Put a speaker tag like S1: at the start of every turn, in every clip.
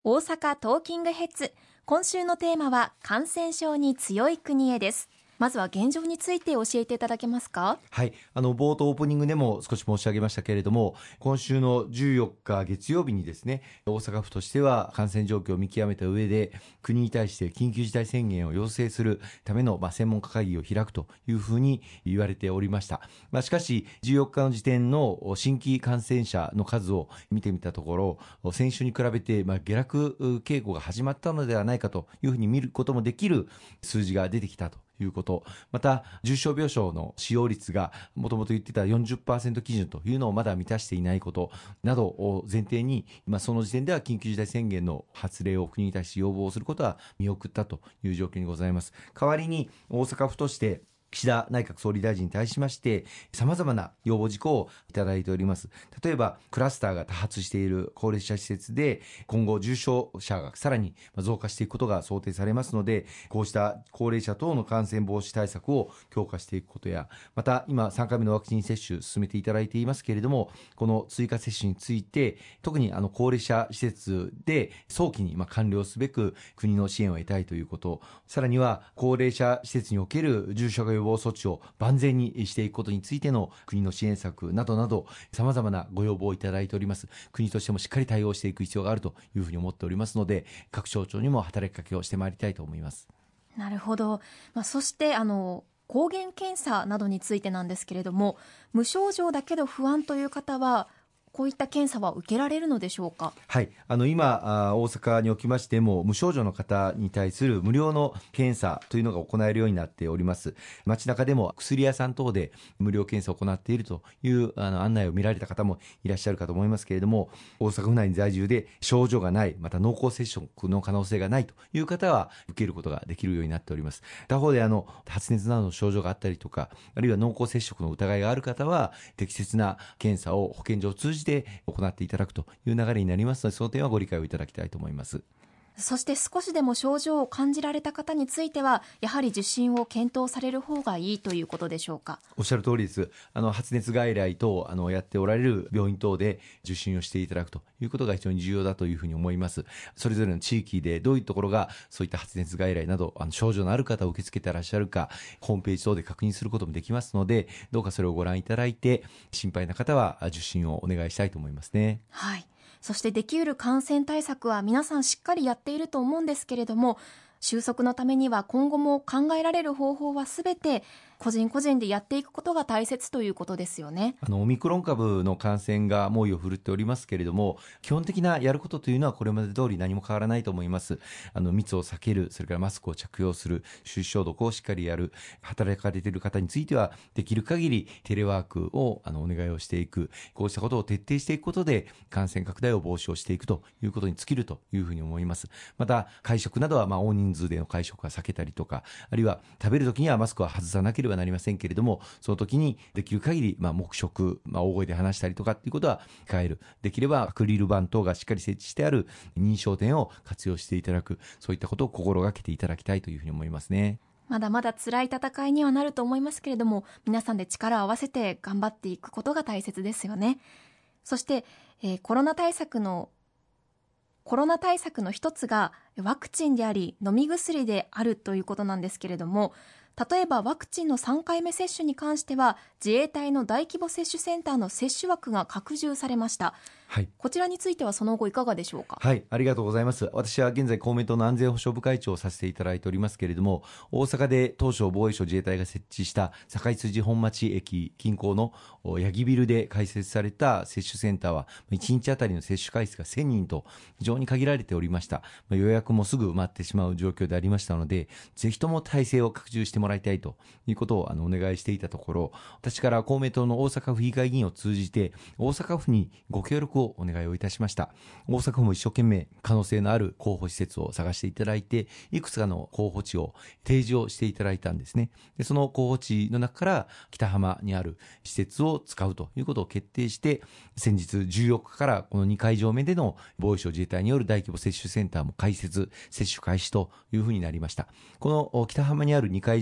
S1: 大阪トーキングヘッズ、今週のテーマは感染症に強い国へです。まずは現状について教えていただけますか？
S2: はい、冒頭オープニングでも少し申し上げましたけれども、今週の14日月曜日にですね、大阪府としては感染状況を見極めた上で、国に対して緊急事態宣言を要請するための、専門家会議を開くというふうに言われておりました。しかし、14日の時点の新規感染者の数を見てみたところ、先週に比べて、下落傾向が始まったのではないかというふうに見ることもできる数字が出てきたということ、また重症病床の使用率がもともと言ってた 40% 基準というのをまだ満たしていないことなどを前提に、その時点では緊急事態宣言の発令を国に対して要望することは見送ったという状況にございます。代わりに大阪府として岸田内閣総理大臣に対しまして様々な要望事項をいただいております。例えばクラスターが多発している高齢者施設で今後重症者がさらに増加していくことが想定されますので、こうした高齢者等の感染防止対策を強化していくことや、また今3回目のワクチン接種進めていただいていますけれども、この追加接種について特に高齢者施設で早期に完了すべく国の支援を得たいということ、さらには高齢者施設における重症化予防措置を万全にしていくことについての国の支援策などなど様々なご要望をいただいております。国としてもしっかり対応していく必要があるというふうに思っておりますので、各省庁にも働きかけをしてまいりたいと思います。
S1: なるほど。そして抗原検査などについてなんですけれども、無症状だけど不安という方はこういった検査は受けられるのでしょうか？
S2: はい、今大阪におきましても無症状の方に対する無料の検査というのが行えるようになっております。街中でも薬屋さん等で無料検査を行っているという案内を見られた方もいらっしゃるかと思いますけれども、大阪府内に在住で症状がない、また濃厚接触の可能性がないという方は受けることができるようになっております。他方で発熱などの症状があったりとか、あるいは濃厚接触の疑いがある方は適切な検査を保健所を通じて行っていただくという流れになりますので、その点はご理解をいただきたいと思います。
S1: そして少しでも症状を感じられた方についてはやはり受診を検討される方がいいということでしょうか？
S2: おっしゃる通りです。発熱外来等やっておられる病院等で受診をしていただくということが非常に重要だというふうに思います。それぞれの地域でどういうところがそういった発熱外来など症状のある方を受け付けていらっしゃるか、ホームページ等で確認することもできますので、どうかそれをご覧いただいて心配な方は受診をお願いしたいと思いますね。
S1: はい。そしてできうる感染対策は皆さんしっかりやっていると思うんですけれども、収束のためには今後も考えられる方法はすべて個人個人でやっていくことが大切ということですよね。
S2: オミクロン株の感染が猛威を振るっておりますけれども、基本的なやることというのはこれまで通り何も変わらないと思います。密を避ける、それからマスクを着用する、手指消毒をしっかりやる、働かれている方についてはできる限りテレワークをお願いをしていく、こうしたことを徹底していくことで感染拡大を防止をしていくということに尽きるというふうに思います。また会食などは大人数での会食は避けたりとか、あるいは食べるときにはマスクは外さなければなりませんけれども、その時にできる限り黙食、大声で話したりとかっていうことは控える。できればアクリル板等がしっかり設置してある認証店を活用していただく、そういったことを心がけていただきたいというふうに思いますね。
S1: まだまだ辛い戦いにはなると思いますけれども、皆さんで力を合わせて頑張っていくことが大切ですよね。そして、コロナ対策の一つがワクチンであり飲み薬であるということなんですけれども、例えばワクチンの3回目接種に関しては自衛隊の大規模接種センターの接種枠が拡充されました。はい、こちらについてはその後いかがでしょうか？
S2: はい、ありがとうございます。私は現在公明党の安全保障部会長をさせていただいておりますけれども、大阪で当初防衛省自衛隊が設置した堺筋本町駅近郊の八木ビルで開設された接種センターは1日あたりの接種回数が1000人と非常に限られておりました。予約もすぐ埋まってしまう状況でありましたので、ぜひとも体制を拡充してもらいたいということをお願いしていたところ、私から公明党の大阪府議会議員を通じて大阪府にご協力をお願いをいたしました。大阪府も一生懸命可能性のある候補施設を探していただいて、いくつかの候補地を提示をしていただいたんですね。でその候補地の中から北浜にある施設を使うということを決定して、先日14日からこの2会場目での防衛省自衛隊による大規模接種センターも開設、接種開始というふうになりました。この北浜にある2会場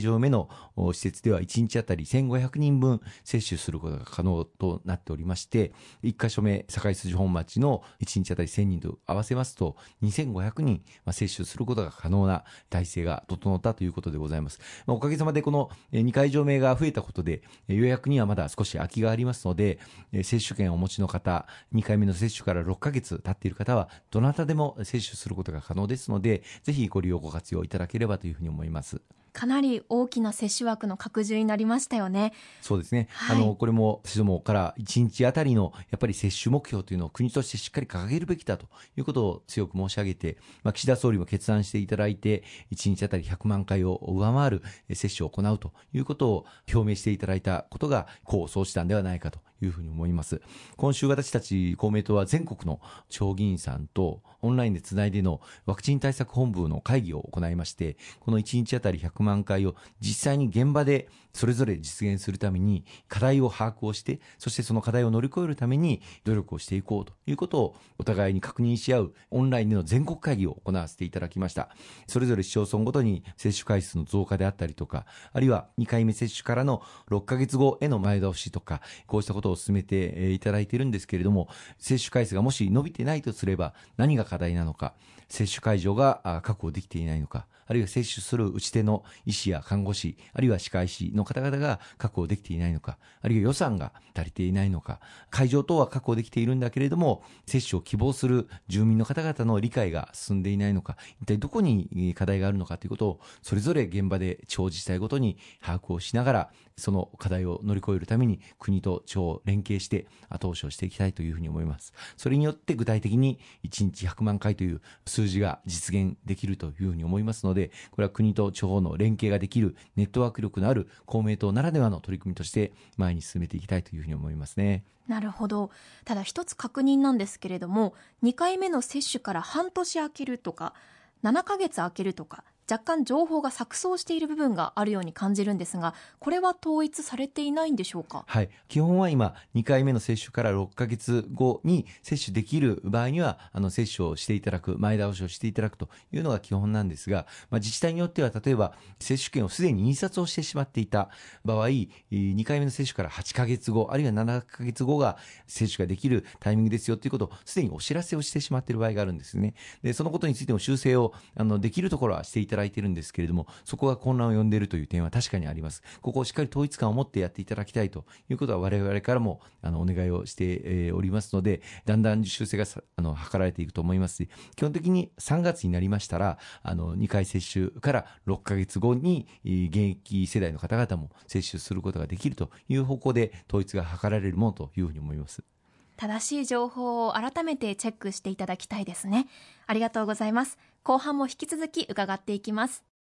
S2: 条目の施設では1日あたり1500人分接種することが可能となっておりまして、1カ所目堺筋本町の1日あたり1000人と合わせますと2500人接種することが可能な体制が整ったということでございます。おかげさまでこの2会場目が増えたことで予約にはまだ少し空きがありますので、接種券をお持ちの方、2回目の接種から6ヶ月経っている方はどなたでも接種することが可能ですので、ぜひご利用ご活用いただければというふうに思います。
S1: かなり大きな接種枠の拡充になりましたよね。
S2: そうですね、
S1: はい、
S2: これも私どもから1日あたりのやっぱり接種目標というのを国としてしっかり掲げるべきだということを強く申し上げて、岸田総理も決断していただいて1日あたり100万回を上回る接種を行うということを表明していただいたことが功を奏したんではないかというふうに思います。今週私たち公明党は全国の地方議員さんとオンラインでつないでのワクチン対策本部の会議を行いまして、この1日あたり100万回を実際に現場でそれぞれ実現するために課題を把握をして、そしてその課題を乗り越えるために努力をしていこうということをお互いに確認し合うオンラインでの全国会議を行わせていただきました。それぞれ市町村ごとに接種回数の増加であったりとか、あるいは2回目接種からの6ヶ月後への前倒しとか、こうしたことを進めていただいているんですけれども、接種回数がもし伸びてないとすれば何が課題なのか、接種会場が確保できていないのか、あるいは接種する打ち手の医師や看護師、あるいは歯科医師の方々が確保できていないのか、あるいは予算が足りていないのか、会場等は確保できているんだけれども接種を希望する住民の方々の理解が進んでいないのか、一体どこに課題があるのかということをそれぞれ現場で地方自治体ごとに把握をしながら、その課題を乗り越えるために国と地方連携して後押しをしていきたいというふうに思います。それによって具体的に1日100万回という数字が実現できるというふうに思いますので、これは国と地方の連携ができるネットワーク力のある公明党ならではの取り組みとして前に進めていきたいというふうに思いますね。
S1: なるほど。ただ一つ確認なんですけれども、2回目の接種から半年空けるとか7ヶ月空けるとか、若干情報が錯綜している部分があるように感じるんですが、これは統一されていないんでしょうか？
S2: はい、基本は今2回目の接種から6ヶ月後に接種できる場合には接種をしていただく、前倒しをしていただくというのが基本なんですが、自治体によっては例えば接種券をすでに印刷をしてしまっていた場合、2回目の接種から8ヶ月後あるいは7ヶ月後が接種ができるタイミングですよということをすでにお知らせをしてしまっている場合があるんですね。でそのことについても修正をできるところはしていただいているんですけれども、そこが混乱を呼んでいるという点は確かにあります。ここをしっかり統一感を持ってやっていただきたいということは我々からもお願いをしておりますので、だんだん修正が図られていくと思いますし、基本的に3月になりましたら2回接種から6ヶ月後に現役世代の方々も接種することができるという方向で統一が図られるものというふうに思います。
S1: 正しい情報を改めてチェックしていただきたいですね。ありがとうございます。後半も引き続き伺っていきます。